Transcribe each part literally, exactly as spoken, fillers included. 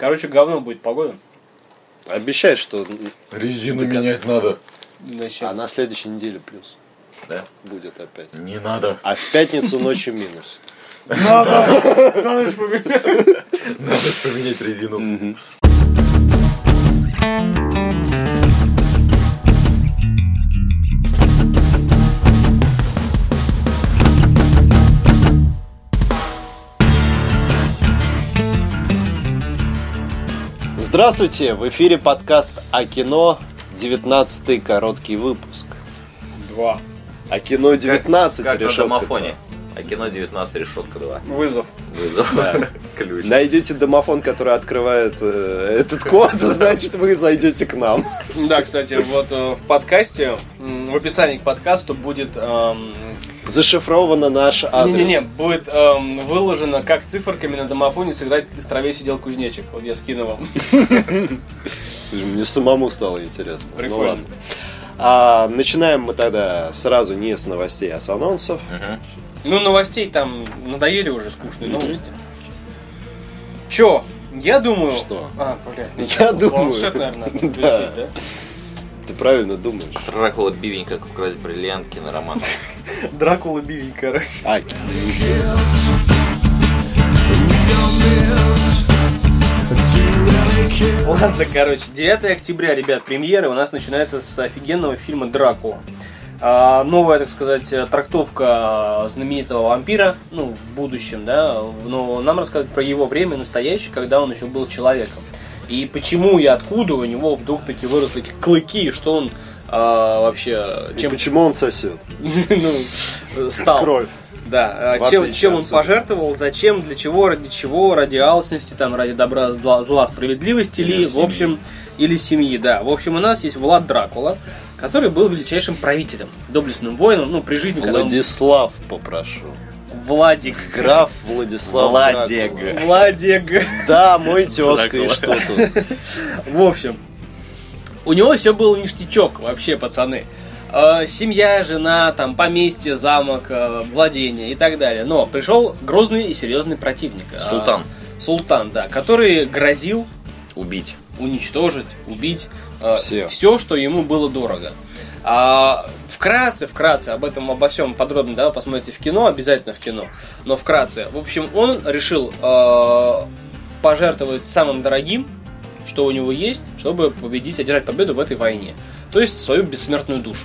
Короче, говно будет погода. Обещает, что... Резину менять надо. Значит, А на следующей неделе плюс. Да? Будет опять. Не надо. А в пятницу ночью минус. надо! Надо же поменять. Надо поменять резину. Здравствуйте! В эфире подкаст о кино, девятнадцатый короткий выпуск. Два. О кино девятнадцать, Как, как решетка на домофоне. два. А кино девятнадцать, решетка два. Вызов. Вызов. Да. Ключ. Найдете домофон, который открывает э, этот код, значит вы зайдете к нам. Да, кстати, вот э, в подкасте, м, в описании к подкасту будет... эм, Зашифровано наш адрес. Не-не-не, будет эм, выложено, как циферками на домофоне сыграть «В траве сидел кузнечик». Вот я скину вам. Мне самому стало интересно. Прикольно. Ну ладно. А, начинаем мы тогда сразу не с новостей, а с анонсов. Угу. Ну, новостей там надоели уже скучные новости. Чё? Я думаю... Что? А, блядь. Я думаю. Планшет, наверное, надо включить, Да. да? Ты правильно думаешь. Дракула Бивень, как украсть бриллиант, кинороман. Дракула Бивень, короче. А, Ладно, короче, девятого октября, ребят, премьера у нас начинается с офигенного фильма «Дракула». А, новая, так сказать, трактовка знаменитого вампира, ну, в будущем, да, но нам рассказывают про его время настоящее, когда он еще был человеком. И почему и откуда у него вдруг таки выросли клыки, и что он а, вообще... и почему он сосет? ну, стал. Кровь. Да, В чем, отличие чем он отсюда. пожертвовал, зачем, для чего, ради чего, ради алчности, там, ради добра, зла, зла, справедливости, Или или, в семьи. общем, или семьи, да. В общем, у нас есть Влад Дракула, который был величайшим правителем, доблестным воином, ну, при жизни, когда он... Владислав, попрошу. Владик. Граф Владислав Владик. Дракула. Владик. Да, мой тезка, и Дракула. что тут? В общем, у него все было ништячок, вообще, пацаны. Э, Семья, жена, там, поместье, замок, э, владение и так далее. Но пришел грозный и серьезный противник. э, Султан. Султан, да, который грозил Убить. уничтожить, убить э, Всех. все, что ему было дорого. А, вкратце, вкратце, об этом, обо всем подробно, да, вы посмотрите в кино, обязательно в кино, но вкратце. В общем, он решил э, пожертвовать самым дорогим, что у него есть, чтобы победить, одержать победу в этой войне. То есть свою бессмертную душу.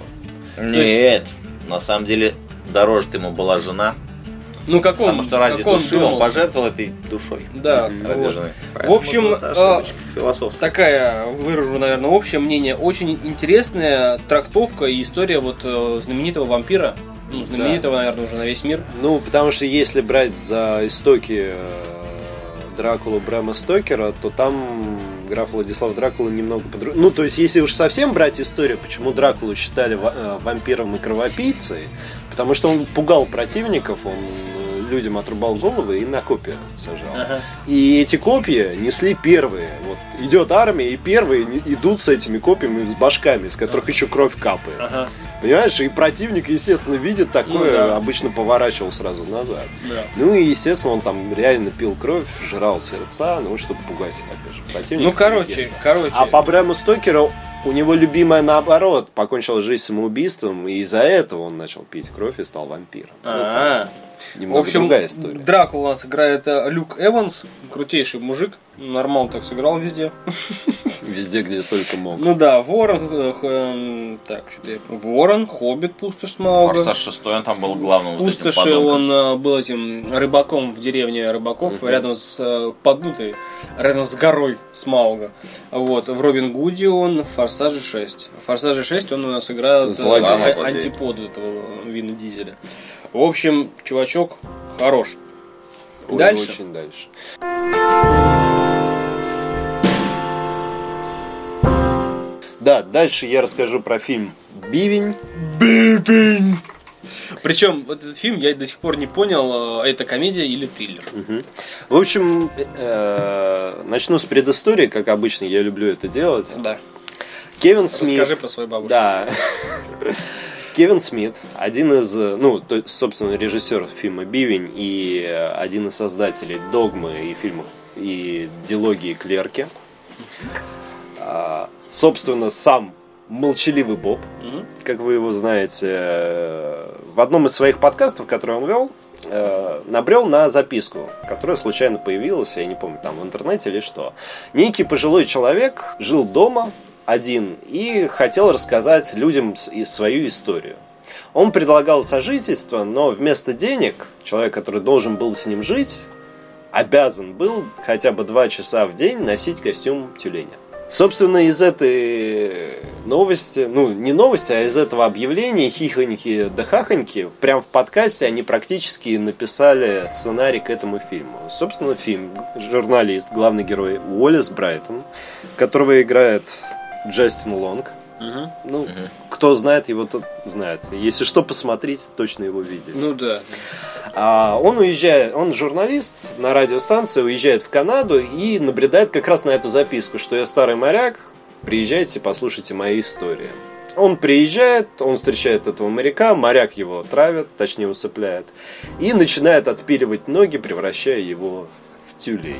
Нет. На самом деле, дороже ему была жена. Ну, как он, Потому что ради как он души он думал. пожертвовал этой душой. Да, Ради вот. жены. В общем, Вот эта ошибочка философская. Такая, выражу, наверное, общее мнение, очень интересная трактовка и история вот э, знаменитого вампира. Ну, знаменитого, Да. наверное, уже на весь мир. Ну, потому что если брать за истоки э, Дракулу Брэма Стокера, то там граф Владислав Дракула немного по-другому. Ну, то есть, если уж совсем брать историю, почему Дракулу считали ва- э, вампиром и кровопийцей, потому что он пугал противников, он э, людям отрубал головы и на копья сажал. Ага. И эти копья несли первые. Вот идет армия, и первые не- идут с этими копьями, с башками, из которых еще кровь капает. Ага. Понимаешь? И противник, естественно, видит такое, Ну да. обычно поворачивал сразу назад. Да. Ну и, естественно, он там реально пил кровь, жрал сердца, ну, чтобы пугать, опять же, противника. Ну, короче, короче. А по Брэму Стокеру у него любимая, наоборот, покончила жизнь самоубийством, и из-за этого он начал пить кровь и стал вампиром. Ну, А-а. В немного общем, другая история. Дракула у нас играет э, Люк Эванс, крутейший мужик, нормально так сыграл везде. Везде, где только мог. Ну да, Ворон, э, х- эм, так, что-то я... Ворон, Хоббит, Пустошь Смауга. Форсаж шестой, он там был главным вот этим Пустоши подонком. он э, был этим рыбаком в деревне рыбаков, Мгм. рядом с э, поднутой, рядом с горой Смауга. Вот, в Робин Гуде он, в Форсаже шесть. В Форсаже шесть он у нас играет э, Злодей. а- Злодей. антипод этого Вина Дизеля. В общем, чувачок хорош. Ой, Дальше. очень дальше. Да, дальше я расскажу про фильм «Бивень». Бивень! Причем вот этот фильм я до сих пор не понял, э, это комедия или триллер. Мгм. В общем, э, начну с предыстории, как обычно я люблю это делать. Да. Кевин Смит. Расскажи про свою бабушку. Да. Кевин Смит, один из, ну, то есть, собственно, режиссер фильма «Бивень» и один из создателей «Догмы» и фильмов и дилогии «Клерки». А, собственно, сам молчаливый Боб, угу. как вы его знаете, в одном из своих подкастов, который он вел, набрел на записку, которая случайно появилась, я не помню, там в интернете или что. Некий пожилой человек жил дома один и хотел рассказать людям свою историю. Он предлагал сожительство, но вместо денег человек, который должен был с ним жить, обязан был хотя бы два часа в день носить костюм тюленя. Собственно, из этой новости, ну, не новости, а из этого объявления хихоньки да хахоньки, прям в подкасте они практически написали сценарий к этому фильму. Собственно, фильм, журналист, главный герой Уоллес Брайтон, которого играет Джастин Лонг. Угу. Ну, угу. кто знает его, тот знает. Если что, посмотреть, точно его видели. Ну да. А он уезжает, он журналист на радиостанции, уезжает в Канаду и набредает как раз на эту записку, что я старый моряк, приезжайте, послушайте мои истории. Он приезжает, он встречает этого моряка, моряк его травит, точнее усыпляет, и начинает отпиливать ноги, превращая его в тюленя.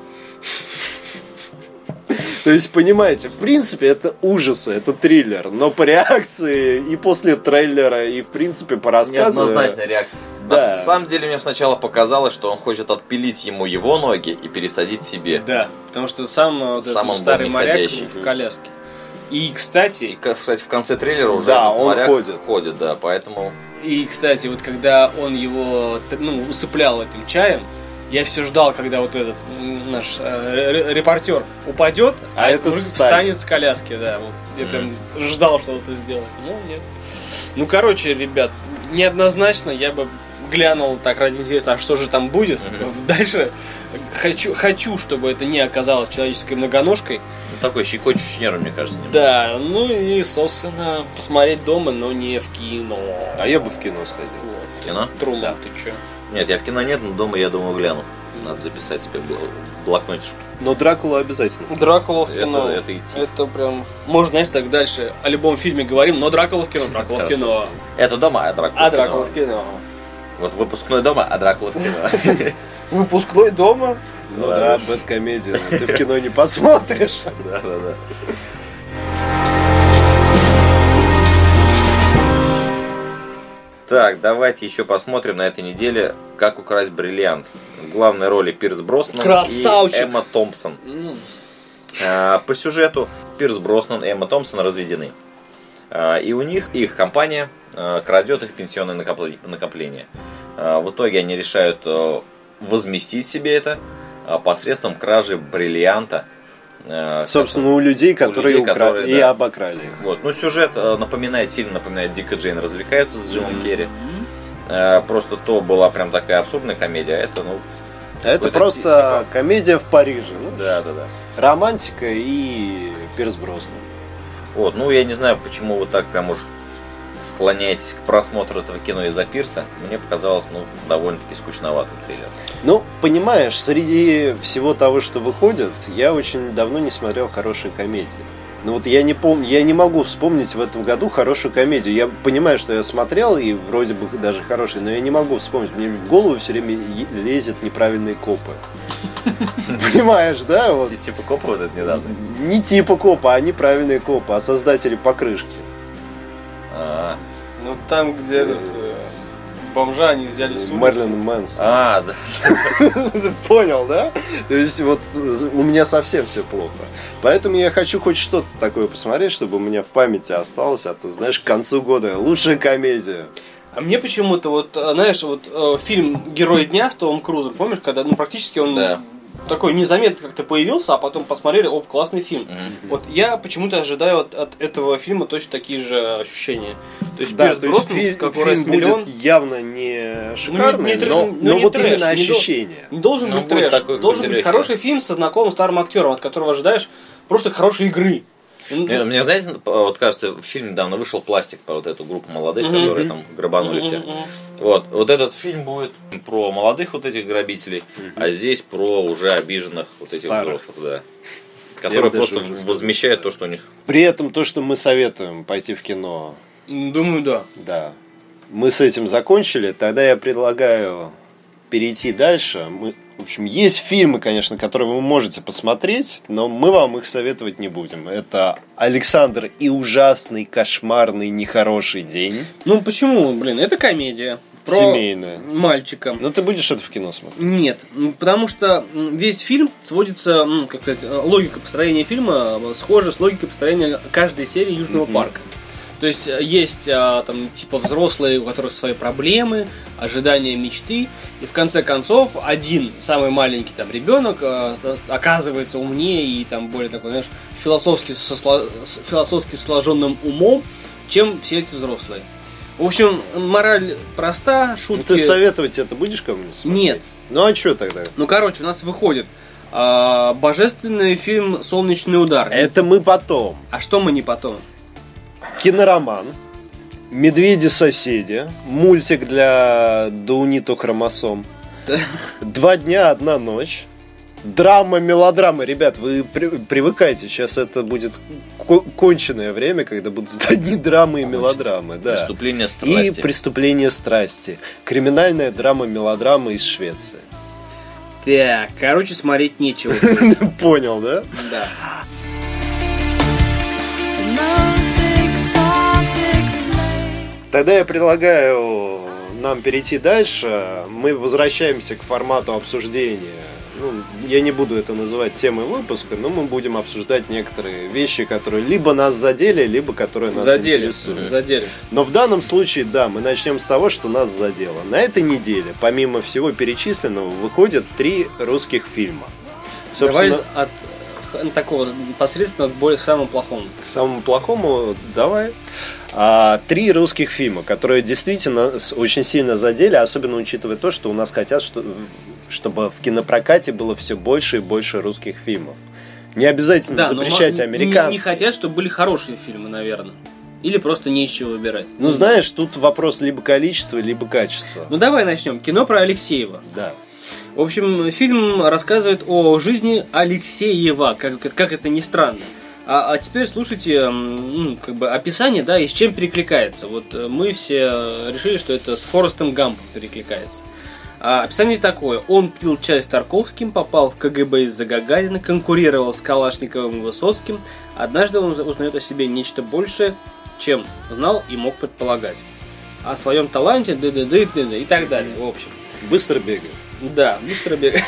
То есть, понимаете, в принципе, это ужасы, это триллер, но по реакции и после трейлера, и, в принципе, по рассказу... Неоднозначная реакция. Да. На самом деле, мне сначала показалось, что он хочет отпилить ему его ноги и пересадить себе. Да, потому что сам, вот сам этот старый моряк в коляске. И, кстати... И, кстати, в конце трейлера уже да, он моряк ходит. ходит, да, поэтому... И, кстати, вот когда он его, ну, усыплял этим чаем, я все ждал, когда вот этот наш э, репортер упадет, а, а этот встанет с коляски, да. Вот. Я mm-hmm. прям ждал, что это сделать. Ну, нет. Ну, короче, ребят, неоднозначно я бы глянул так ради интереса, а что же там будет. Mm-hmm. Дальше хочу, хочу, чтобы это не оказалось человеческой многоножкой. Ну, такой щекочущий нерв, мне кажется. Немного. Да, ну и, собственно, посмотреть дома, но не в кино. А я бы в кино сходил. Вот. В кино? Труман, да. Ты чё? Нет, я в кино нет, но дома, я думаю, гляну. Надо записать себе блокнотишку. Но Дракулу обязательно. Дракула в кино. Это, это идти. Это прям... Можно, знаешь, так дальше о любом фильме говорим, но Дракула в кино, Дракула в кино. Это дома, а Дракула а в кино. А Дракула в кино. Вот выпускной дома, а Дракула в кино. Выпускной дома? Ну да, бэдкомедию. Ты в кино не посмотришь. Да, да, да. Так, давайте еще посмотрим на этой неделе «Как украсть бриллиант». В главной роли Пирс Броснан Красавчик. и Эмма Томпсон. Mm. А, по сюжету Пирс Броснан и Эмма Томпсон разведены. А, и у них, их компания а, крадет их пенсионное накопление. А, в итоге они решают а, возместить себе это а, посредством кражи бриллианта. Собственно, у людей, которые, у людей, укра... которые и да. обокрали. Вот. Ну, сюжет напоминает, сильно напоминает Дик и Джейн развлекаются с Джимом mm-hmm. Керри. А, просто то была прям такая абсурдная комедия, а это, ну... Это просто типа... комедия в Париже. Ну, да, да, да. Романтика и Пирс Броснан. Вот, ну, я не знаю, почему вы так прям уж склоняетесь к просмотру этого кино из-за Пирса. Мне показалось, ну, довольно-таки скучноватым триллером. Ну, понимаешь, среди всего того, что выходит, я очень давно не смотрел хорошие комедии. Ну вот я не помню, я не могу вспомнить в этом году хорошую комедию. Я понимаю, что я смотрел, и вроде бы даже хороший, но я не могу вспомнить. Мне в голову все время лезет неправильные копы. Понимаешь, да? Вот. Типа копа вот это недавно? Не типа копа, а неправильные копы, а создатели покрышки. А. Ну там, где этот бомжа они взяли с улицы. Мерлин Мэнсон. А, да. Понял, да? То есть вот у меня совсем все плохо. Поэтому я хочу хоть что-то такое посмотреть, чтобы у меня в памяти осталось, а то, знаешь, к концу года лучшая комедия. А мне почему-то, вот, знаешь, вот э, фильм «Герой дня» с Томом Крузом, помнишь, когда, ну, практически он да. такой незаметно как-то появился, а потом посмотрели, оп, классный фильм. Mm-hmm. Вот я почему-то ожидаю от, от этого фильма точно такие же ощущения. То есть да, Пирс Броснан, фи- как фильм будет явно не шикарный, ну, не, не, но, ну, но не вот трэш, именно не ощущение. Не должен ну, быть трэш, такой, должен быть легкий. Хороший фильм со знакомым старым актером, от которого ожидаешь просто хорошей игры. Мне, мне, знаете, вот кажется, фильм недавно вышел «Пластик» про вот эту группу молодых, mm-hmm. которые там грабанули все. Mm-hmm. Вот, вот этот фильм будет про молодых вот этих грабителей, mm-hmm. а здесь про уже обиженных вот этих старых взрослых, да. Которые просто возмещают то, что у них. При этом то, что мы советуем пойти в кино. Думаю, да. Да. Мы с этим закончили. Тогда я предлагаю перейти дальше. Мы В общем, есть фильмы, конечно, которые вы можете посмотреть, но мы вам их советовать не будем. Это «Александр и ужасный, кошмарный, нехороший день». Ну почему, блин, это комедия. Про семейная. Мальчика. Но ты будешь это в кино смотреть? Нет, потому что весь фильм сводится, ну, как сказать, логика построения фильма схожа с логикой построения каждой серии Южного mm-hmm. парка. То есть есть там типа взрослые, у которых свои проблемы, ожидания, мечты, и в конце концов один самый маленький там ребенок оказывается умнее и там более такой, знаешь, философски, со, с философски сложенным умом, чем все эти взрослые. В общем, мораль проста, шутки... Ну, ты советовать это будешь кому-нибудь смотреть? Нет. Ну, а что тогда? Ну, короче, у нас выходит э, божественный фильм «Солнечный удар». Это мы потом. А что мы не потом? Кинороман, «Медведи-соседи», мультик для Даунито хромосом, «Два дня, одна ночь», драма, мелодрама. Ребят, вы при- привыкайте, сейчас это будет ко- конченое время, когда будут одни драмы и мелодрамы. Да. Преступление страсти. И преступление страсти. Криминальная драма-мелодрама из Швеции. Так, короче, смотреть нечего. Понял, да? Да. Тогда я предлагаю нам перейти дальше. Мы возвращаемся к формату обсуждения. Ну, я не буду это называть темой выпуска, но мы будем обсуждать некоторые вещи, которые либо нас задели, либо которые нас задели, интересуют. Задели. Но в данном случае, да, мы начнем с того, что нас задело. На этой неделе, помимо всего перечисленного, выходят три русских фильма. Собственно, давай от такого посредственного к более самому плохому. К самому плохому, давай. А, три русских фильма, которые действительно очень сильно задели, особенно учитывая то, что у нас хотят, что, чтобы в кинопрокате было все больше и больше русских фильмов. Не обязательно да, запрещать американцев. Не, не хотят, чтобы были хорошие фильмы, наверное. Или просто не из чего выбирать. Ну, знаешь, тут вопрос либо количества, либо качества. Ну, давай начнем. Кино про Алексеева. Да. В общем, фильм рассказывает о жизни Алексеева, как, как это ни странно. А, а теперь слушайте, ну, как бы описание, да, и с чем перекликается. Вот мы все решили, что это с Форестом Гампом перекликается. А описание такое. Он пил чай с Тарковским, попал в КГБ из-за Гагарина, конкурировал с Калашниковым и Высоцким. Однажды он узнает о себе нечто большее, чем знал и мог предполагать. О своем таланте, д-д-д, д-д, и так далее, в общем. Быстро бегаю. Да, быстро бегаю.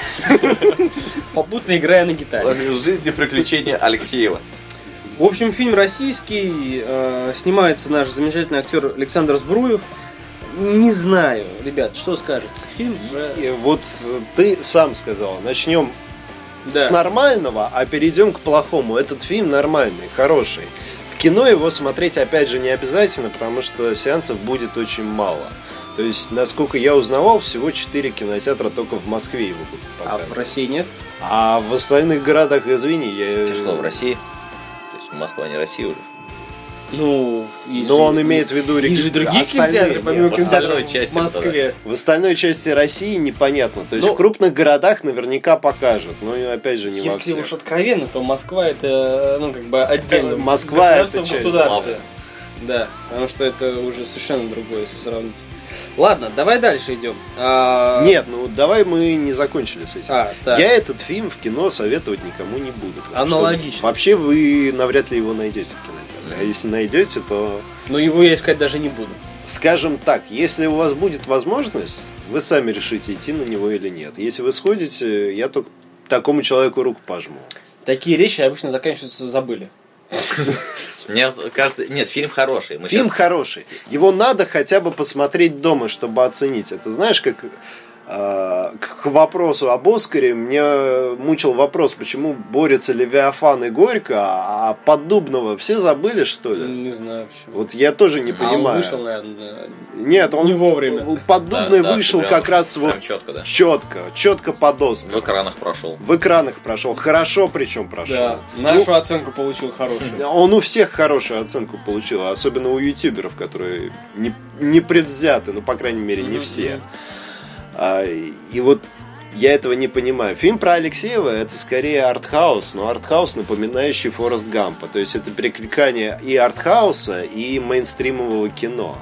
Попутно играя на гитаре. Жизнь и приключения Алексеева. В общем, фильм российский, э, снимается наш замечательный актер Александр Збруев. Не знаю, ребят, что скажете? Фильм про... Вот ты сам сказал, начнем да. с нормального, а перейдем к плохому. Этот фильм нормальный, хороший. В кино его смотреть опять же не обязательно, потому что сеансов будет очень мало. То есть, насколько я узнавал, всего четыре кинотеатра только в Москве его будут показывать. А в России нет? А в остальных городах, извини, я... Ты что, в России? Москва не Россия уже. Ну, но он имеет в виду есть же другие кинотеатры, помимо кинотеатров в Москве. В остальной части России непонятно. То есть но... в крупных городах наверняка покажут, но опять же не если во всех. Если уж откровенно, то Москва это, ну, как бы отдельно. Москва государство в государстве. Да, потому что это уже совершенно другое, если сравнить. Ладно, давай дальше идем. А... Нет, ну давай мы не закончили с этим. А, так. Я этот фильм в кино советовать никому не буду. Аналогично. Что, вообще вы навряд ли его найдете в кинотеатре. А если найдете, то... Но его я искать даже не буду. Скажем так, если у вас будет возможность, вы сами решите, идти на него или нет. Если вы сходите, я только такому человеку руку пожму. Такие речи обычно заканчиваются «забыли». Мне кажется, нет, фильм хороший. Мы фильм сейчас... хороший. Его надо хотя бы посмотреть дома, чтобы оценить. Это знаешь, как э, к вопросу об Оскаре мне мучил вопрос, почему борются Левиафан и Горько, а Поддубного все забыли, что ли? Не знаю почему. Вот я тоже не а понимаю. Он вышел, наверное, нет, он не вовремя. Поддубный да, вышел да, как прям, раз вот четко, да. четко, четко под Оскар. В экранах прошел. В экранах прошел, хорошо причем прошел. Да, нашу ну, оценку получил хорошую. Он у всех хорошую оценку получил, особенно у ютуберов, которые не, не предвзяты, ну по крайней мере не mm-hmm. все. А, и вот я этого не понимаю. Фильм про Алексеева это скорее артхаус, но артхаус, напоминающий Форест Гампа. То есть это перекликание и артхауса, и мейнстримового кино.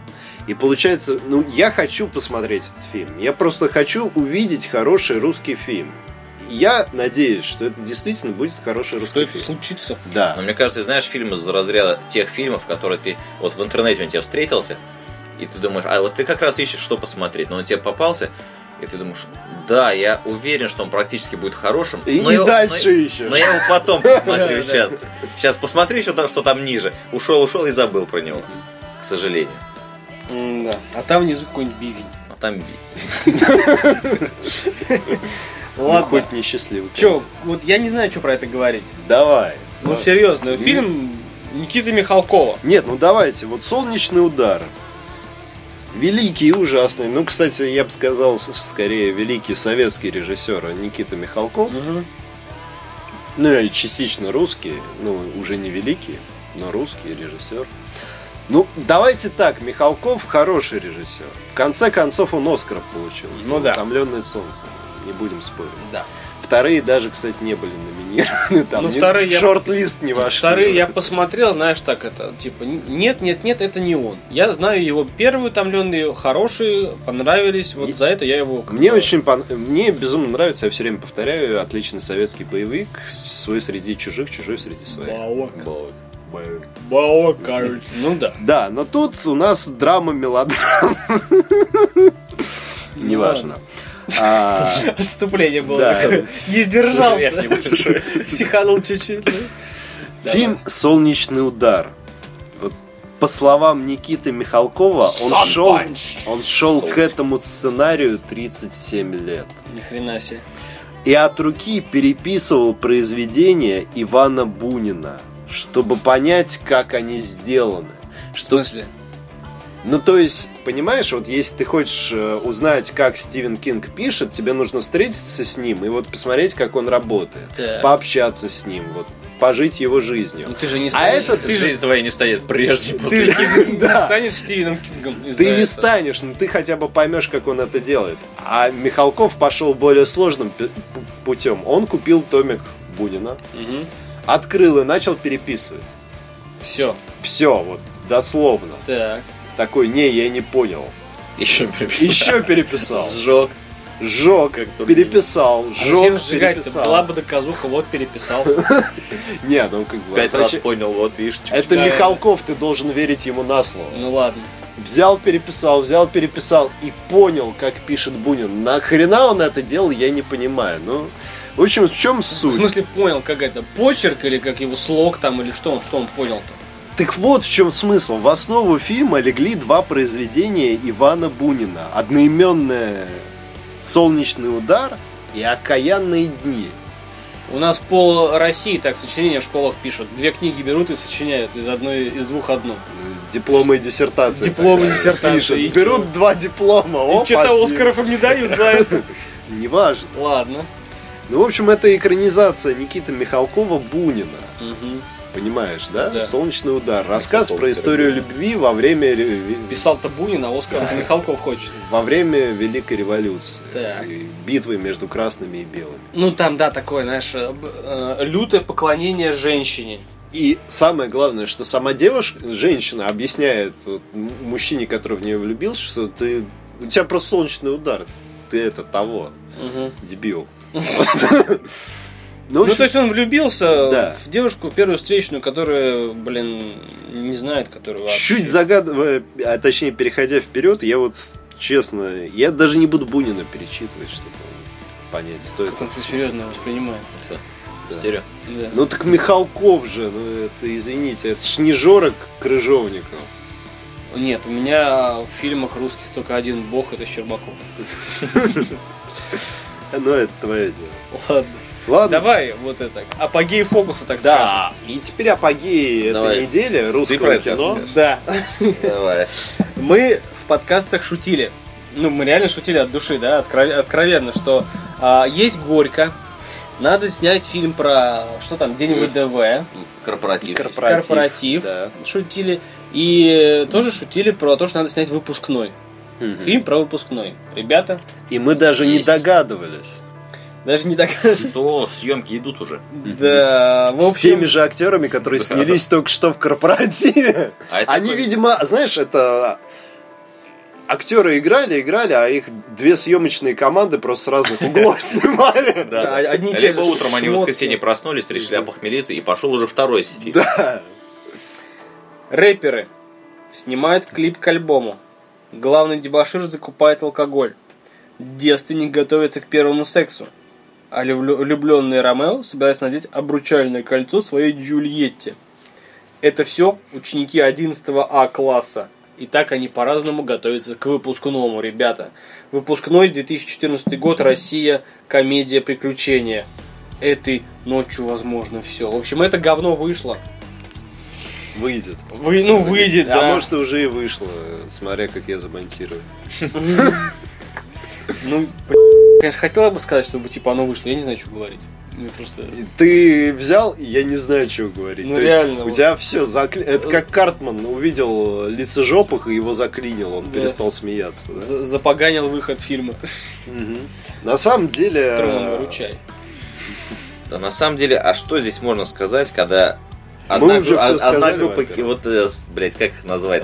И получается, ну, я хочу посмотреть этот фильм. Я просто хочу увидеть хороший русский фильм. Я надеюсь, что это действительно будет хороший русский фильм. Что это случится. Да. Но мне кажется, знаешь, фильм из разряда тех фильмов, которые ты вот в интернете он тебе встретился, и ты думаешь, а вот ты как раз ищешь, что посмотреть, но он тебе попался, и ты думаешь, да, я уверен, что он практически будет хорошим. И, но и его, дальше но, ищешь. Но я его потом посмотрю сейчас. Сейчас посмотрю еще, что там ниже. Ушел, ушел и забыл про него, к сожалению. Да. А там внизу какой-нибудь бивень. А там бивень. Ладно. Ну, хоть несчастливый. Че, вот я не знаю, что про это говорить. Давай. Ну, давай. Серьезно, mm-hmm. фильм Никиты Михалкова. Нет, ну давайте, вот «Солнечный удар». Великий и ужасный. Ну, кстати, я бы сказал, скорее, великий советский режиссер Никита Михалков. Mm-hmm. Ну, и частично русский. Ну, уже не великий, но русский режиссер. Ну, давайте так, Михалков хороший режиссер. В конце концов, он Оскар получил. Ну да. «Утомленное солнце». Не будем спорить. Да. Вторые даже, кстати, не были номинированы. Там ну, не, вторые в я... шорт-лист не вошли. Вторые я посмотрел, знаешь, так это, типа, нет, нет, нет, это не он. Я знаю его первые «Утомленные», хорошие, понравились, вот и... за это я его... Мне очень пон... Мне безумно нравится, я все время повторяю, отличный советский боевик, свой среди чужих, чужой среди своих. Баок. Баок. Баок, короче. Ну да. Да, но тут у нас драма-мелодрама. Неважно. А... Отступление было. Да. Не сдержался. Психанул чуть-чуть. Фильм «Солнечный удар». Вот, по словам Никиты Михалкова, он шел, он шел к этому сценарию тридцать семь лет. Ни хрена себе. И от руки переписывал произведения Ивана Бунина, чтобы понять, как они сделаны. В смысле? Ну, то есть, понимаешь, вот если ты хочешь узнать, как Стивен Кинг пишет, тебе нужно встретиться с ним и вот посмотреть, как он работает, так. пообщаться с ним, вот, пожить его жизнью. Ну, ты же не станешь... А это ты жизнь твоя не станет прежней. Ты же не станешь Стивеном Кингом. Ты не станешь, но ты хотя бы поймешь, как он это делает. А Михалков пошел более сложным путем. Он купил томик Бунина, открыл и начал переписывать. Все. Все, вот, дословно. Так. Такой, не, я не понял. Еще переписал. Еще переписал. Сжег. Сжег, переписал. Сжег, переписал. Была бы доказуха, вот переписал. Не, ну как бы... Пять раз понял, вот видишь. Это Михалков, ты должен верить ему на слово. Ну ладно. Взял, переписал, взял, переписал и понял, как пишет Бунин. Нахрена он это делал, я не понимаю. Ну, в общем, в чем суть? В смысле понял, как это, почерк или как его слог там, или что он, что он понял-то? Так вот в чем смысл. В основу фильма легли два произведения Ивана Бунина. Одноименное «Солнечный удар» и «Окаянные дни». У нас пол России так сочинения в школах пишут. Две книги берут и сочиняют из одной, из двух одну. Дипломы и диссертации. Дипломы и диссертации. И берут чё? Два диплома. И что-то Оскаров им не дают за это. Неважно. Ладно. Ну, в общем, это экранизация Никиты Михалкова «Бунина». Угу. Понимаешь, да? да? «Солнечный удар». Рассказ про историю любви во время... Писал-то Бунин, а Оскар Михалков хочет. Во время Великой революции. Так. Битвы между красными и белыми. Ну, там, да, такое, знаешь, лютое поклонение женщине. И самое главное, что сама девушка, женщина, объясняет вот, мужчине, который в нее влюбился, что ты... У тебя просто солнечный удар. Ты это того. Угу. Дебил. Ну, ну, то есть он влюбился да. в девушку первую встречную, которая, блин, не знает, которую вообще... Чуть загадывая, а точнее переходя вперед, я вот, честно, я даже не буду Бунина перечитывать, чтобы понять, стоит как он это серьезно воспринимает. Да. Стерео. Да. Ну так Михалков же, ну это, извините, это ж не Жора Крыжовников. Нет, у меня в фильмах русских только один бог, это Щербаков. Ну это твое дело. Ладно. Ладно. Давай вот это, апогей фокуса, так да. скажем. И теперь апогей этой недели русского кино. Да. Давай. Мы в подкастах шутили. Ну, мы реально шутили от души, да, откровенно, что а, есть горько. Надо снять фильм про, что там, День ВДВ. Корпоратив. Корпоратив. Корпоратив. Да. Шутили. И тоже шутили про то, что надо снять выпускной. Угу. Фильм про выпускной. Ребята. И мы даже есть. не догадывались. Даже не догадывались. Что съемки идут уже. Да, в общем... С теми же актерами, которые снялись только что в корпоративе. А Они, такой... видимо, знаешь, это... актеры играли, играли, а их две съемочные команды просто с разных углов снимали. Да, одни те же. Либо утром они в воскресенье проснулись, решили опохмелиться, и пошел уже второй фильм. Да. Рэперы снимают клип к альбому. Главный дебошир закупает алкоголь. Девственник готовится к первому сексу. А влюбленный Ромео собирается надеть обручальное кольцо своей Джульетте. Это все ученики одиннадцатого А класса. И так они по-разному готовятся к выпускному, ребята. Выпускной две тысячи четырнадцатый год, Россия, комедия приключения. Этой ночью возможно все. В общем, это говно вышло. Выйдет. Вы, ну, выйдет, а да. А может, и уже и вышло, смотря как я замонтирую. Ну, конечно, хотела бы сказать, чтобы типа оно вышло, я не знаю, что говорить. Мне просто... Ты взял, и я не знаю, что говорить. Ну, То реально. Есть, у тебя все закли... Это как Картман увидел лицежопых и его заклинил, он да. перестал смеяться. Да? Запоганил выход фильма. Угу. На самом деле... Труман, выручай. Да, на самом деле, а что здесь можно сказать, когда... Одна, Мы уже группа, все сказали, одна группа, вот, блять, как их назвать?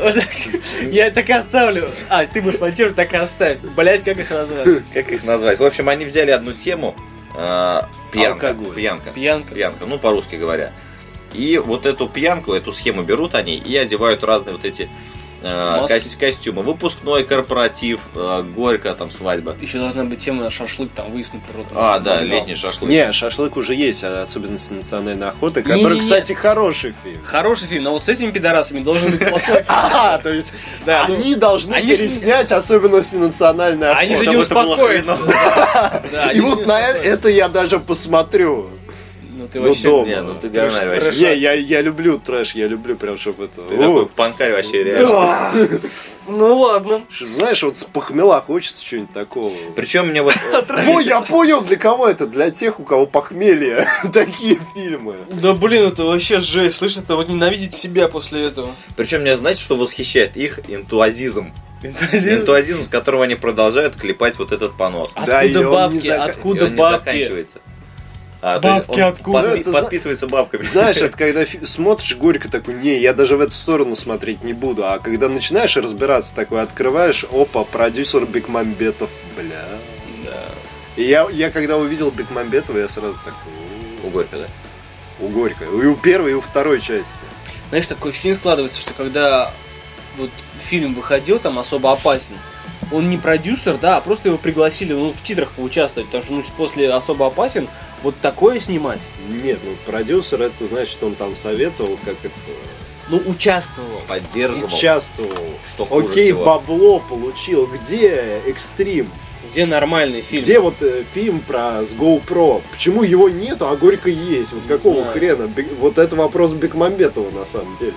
Я так и оставлю. А, ты будешь монтировать, так и оставь. Блять, как их назвать? Как их назвать? В общем, они взяли одну тему, пьянка, пьянка, пьянка, пьянка, ну по-русски говоря. И вот эту пьянку, эту схему берут они и одевают разные вот эти э, ко- костюмы. Выпускной, корпоратив, э, горько, там свадьба. Еще должна быть тема шашлык, там выезд на природу. А, да, летний шашлык. Не, шашлык уже есть, особенности национальной охоты, который, кстати, хороший фильм. Хороший фильм, но вот с этими пидорасами должен быть плохой фильм. А, то есть они должны переснять особенности национальной охоты. Они же не успокоятся. И вот на это я даже посмотрю. Ну ты вообще... Ну, не, ну ты говнарь вообще. Не, я, я люблю трэш, я люблю прям, чтобы это... Ты такой панкарь вообще реально. Ну ладно. Знаешь, вот с похмела хочется чего-нибудь такого. Причем мне вот... О, я понял, для кого это. Для тех, у кого похмелье. Такие фильмы. Да блин, это вообще жесть. Слышь, это вот ненавидеть себя после этого. Причем меня, знаете, что восхищает? Их энтуазизм. Энтуазизм? Энтуазизм, с которого они продолжают клепать вот этот понос. Откуда бабки? Откуда бабки? А, бабки откуда? Подпи- подпитывается бабками. Знаешь, это когда фи- смотришь горько такой, не, я даже в эту сторону смотреть не буду. А когда начинаешь разбираться, такой открываешь, опа, продюсер Бекмамбетов, бля. Да. И я, я когда увидел Бекмамбетова, я сразу так... У Горько, да? У Горько. И у первой, и у второй части. Знаешь, такое ощущение складывается, что когда вот фильм выходил, там особо опасен, он не продюсер, да, а просто его пригласили, ну, в титрах поучаствовать, потому что ну, после особо опасен вот такое снимать. Нет, ну продюсер, это значит, он там советовал, как это... Ну, участвовал. Поддерживал. Участвовал. Что хуже Окей, всего. бабло получил. Где экстрим? Где нормальный фильм? Где вот э, фильм про с GoPro? Почему его нету, а Горько есть? Вот какого знаю. хрена? Бек... Вот это вопрос Бекмамбетова на самом деле.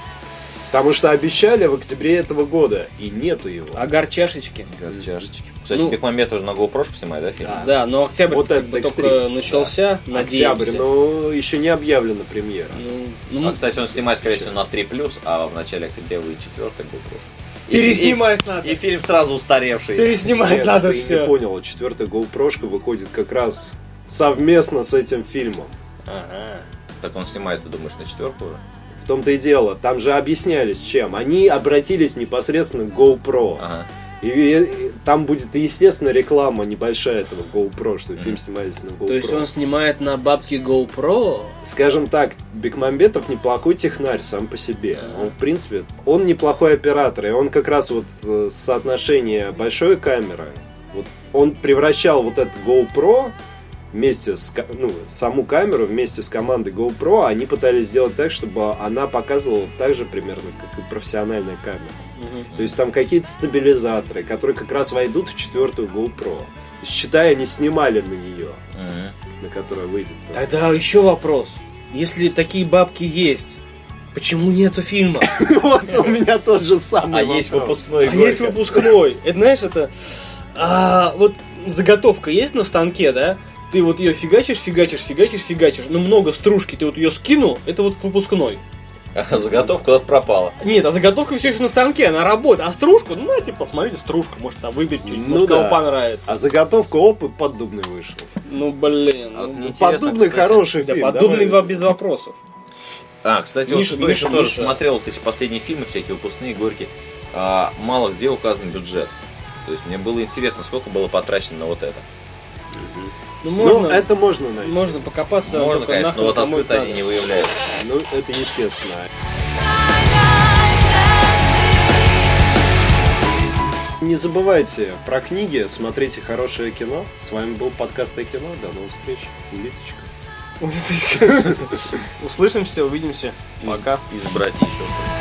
Потому что обещали в октябре этого года, и нету его. Агар чашечки. Чашечки. Кстати, Ну, Бекмамбетов же на GoPro снимает, да, фильм? Да. Да, но октябрь Вот как это бы экстрим. только начался, Да. надеемся. Октябрь, но еще не объявлена премьера. Ну, ну, А, кстати, он снимает, скорее всего, на три плюс, а в начале октября выйдет четвертый GoPro. И- переснимать и, надо. И фильм сразу устаревший. Переснимать Нет, надо ты все. не понял, четвертая GoPro-шка выходит как раз совместно с этим фильмом. Ага. Так он снимает, ты думаешь, на четверку уже? В том-то и дело, там же объяснялись чем. Они обратились непосредственно к GoPro. Ага. И, и- и там будет, естественно, реклама небольшая этого GoPro, что фильм снимались на GoPro. То есть он снимает на бабки GoPro? Скажем так, Бекмамбетов неплохой технарь сам по себе. Он, в принципе, он неплохой оператор. И он как раз вот э, соотношение большой камеры, вот он превращал вот этот GoPro вместе с, ка- ну, саму камеру вместе с командой GoPro, они пытались сделать так, чтобы она показывала так же примерно, как и профессиональная камера. Угу. То есть там какие-то стабилизаторы, которые как раз войдут в четвертую GoPro. То есть, считай, они снимали на нее, Мгм. на которая выйдет. Тогда еще вопрос. Если такие бабки есть, почему нету фильма? Вот у меня тот же самый А вопрос. есть выпускной А есть выпускной. Это знаешь, это... а, вот заготовка есть на станке, да? Ты вот ее фигачишь, фигачишь, фигачишь, фигачишь. Ну, много стружки, ты вот ее скинул, это вот выпускной. А заготовка куда-то пропала. Нет, а заготовка все еще на станке, она работает. А стружку, ну, знаете, посмотрите, стружка, может, там выберите что-нибудь, Ну может, кому да. понравится. А заготовка оп, и Поддубный вышел. Ну, блин. А вот ну, мне интересно, Поддубный кстати. хороший да, фильм. подобный давай. без вопросов. А, кстати, Миша, вот что Миша, еще тоже Миша. смотрел вот эти последние фильмы, всякие выпускные, горькие. а, мало где указан бюджет. То есть мне было интересно, сколько было потрачено на вот это. Ну, можно, ну это можно найти. Можно покопаться, да, можно, конечно, но вот открыто они не выявляются. Ну, это естественно. Не забывайте про книги, смотрите хорошее кино. С вами был подкаст о кино. До новых встреч. Улиточка. Услышимся, увидимся. Пока. Из братьев еще что-то.